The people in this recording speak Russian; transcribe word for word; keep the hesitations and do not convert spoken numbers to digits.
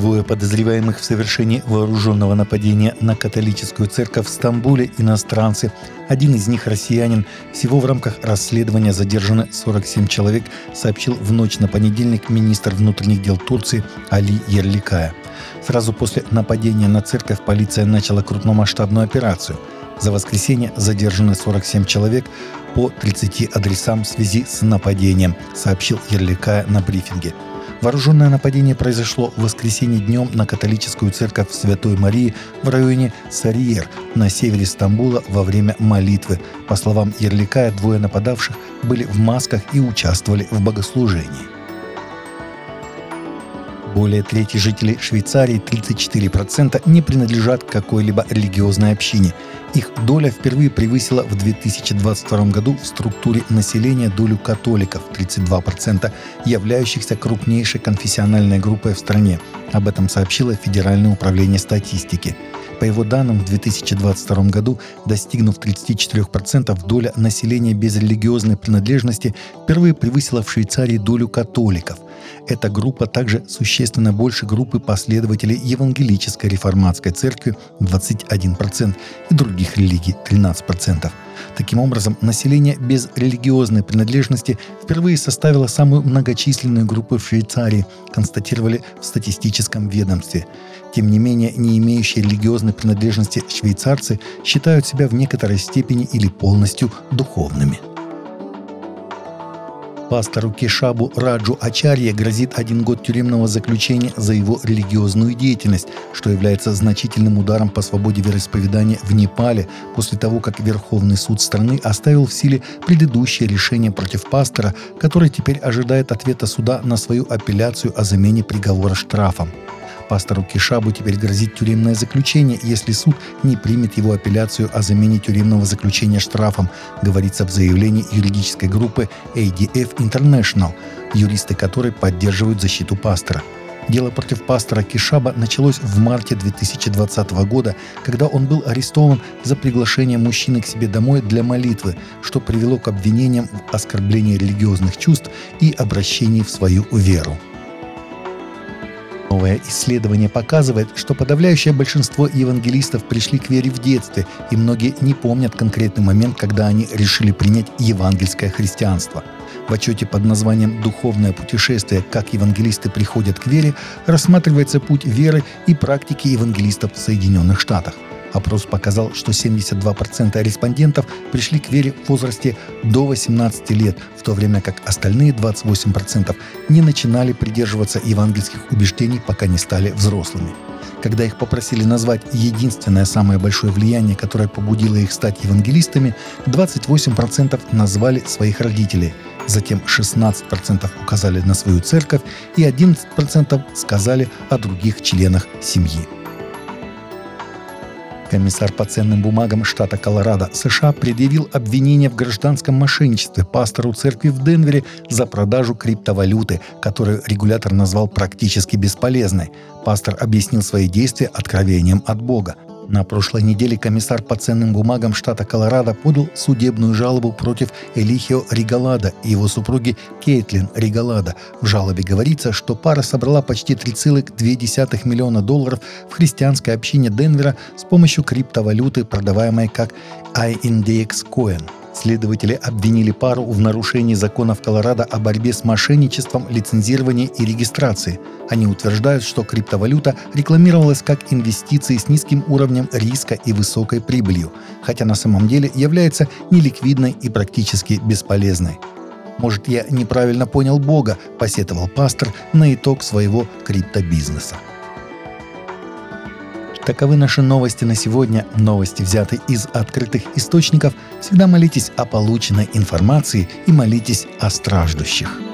Двое подозреваемых в совершении вооруженного нападения на католическую церковь в Стамбуле – иностранцы. Один из них – россиянин. Всего в рамках расследования задержаны сорок семь человек, сообщил в ночь на понедельник министр внутренних дел Турции Али Ярликая. Сразу после нападения на церковь полиция начала крупномасштабную операцию. За воскресенье задержаны сорок семь человек по тридцати адресам в связи с нападением, сообщил Ярликая на брифинге. Вооруженное нападение произошло в воскресенье днем на католическую церковь Святой Марии в районе Сариер на севере Стамбула во время молитвы. По словам Ярликая, двое нападавших были в масках и участвовали в богослужении. Более трети жителей Швейцарии, тридцать четыре процента, не принадлежат к какой-либо религиозной общине. Их доля впервые превысила в две тысячи двадцать втором году в структуре населения долю католиков – тридцать два процента, являющихся крупнейшей конфессиональной группой в стране. Об этом сообщило Федеральное управление статистики. По его данным, в две тысячи двадцать втором году, достигнув тридцати четырёх процентов, доля населения без религиозной принадлежности впервые превысила в Швейцарии долю католиков. Эта группа также существенно больше группы последователей Евангелической реформатской церкви – двадцать один процент и других религий – тринадцать процентов. Таким образом, население без религиозной принадлежности впервые составило самую многочисленную группу в Швейцарии, констатировали в статистическом ведомстве. Тем не менее, не имеющие религиозной принадлежности швейцарцы считают себя в некоторой степени или полностью духовными. Пастору Кешабу Раджу Ачарье грозит один год тюремного заключения за его религиозную деятельность, что является значительным ударом по свободе вероисповедания в Непале после того, как Верховный суд страны оставил в силе предыдущее решение против пастора, который теперь ожидает ответа суда на свою апелляцию о замене приговора штрафом. Пастору Кешабу теперь грозит тюремное заключение, если суд не примет его апелляцию о замене тюремного заключения штрафом, говорится в заявлении юридической группы эй ди эф International, юристы которой поддерживают защиту пастора. Дело против пастора Кешаба началось в марте две тысячи двадцатого года, когда он был арестован за приглашение мужчины к себе домой для молитвы, что привело к обвинениям в оскорблении религиозных чувств и обращении в свою веру. Новое исследование показывает, что подавляющее большинство евангелистов пришли к вере в детстве, и многие не помнят конкретный момент, когда они решили принять евангельское христианство. В отчете под названием «Духовное путешествие. Как евангелисты приходят к вере» рассматривается путь веры и практики евангелистов в Соединенных Штатах. Опрос показал, что семьдесят два процента респондентов пришли к вере в возрасте до восемнадцати лет, в то время как остальные двадцать восемь процентов не начинали придерживаться евангельских убеждений, пока не стали взрослыми. Когда их попросили назвать единственное самое большое влияние, которое побудило их стать евангелистами, двадцать восемь процентов назвали своих родителей. Затем шестнадцать процентов указали на свою церковь и одиннадцать процентов сказали о других членах семьи. Комиссар по ценным бумагам штата Колорадо, США, предъявил обвинение в гражданском мошенничестве пастору церкви в Денвере за продажу криптовалюты, которую регулятор назвал практически бесполезной. Пастор объяснил свои действия откровением от Бога. На прошлой неделе комиссар по ценным бумагам штата Колорадо подал судебную жалобу против Элихио Ригалада и его супруги Кейтлин Ригалада. В жалобе говорится, что пара собрала почти три целых две десятых миллиона долларов в христианской общине Денвера с помощью криптовалюты, продаваемой как ай эн ди экс Coin. Следователи обвинили пару в нарушении законов Колорадо о борьбе с мошенничеством, лицензировании и регистрации. Они утверждают, что криптовалюта рекламировалась как инвестиции с низким уровнем риска и высокой прибылью, хотя на самом деле является неликвидной и практически бесполезной. «Может, я неправильно понял Бога», – посетовал пастор на итог своего криптобизнеса. Таковы наши новости на сегодня. Новости взяты из открытых источников. Всегда молитесь о полученной информации и молитесь о страждущих.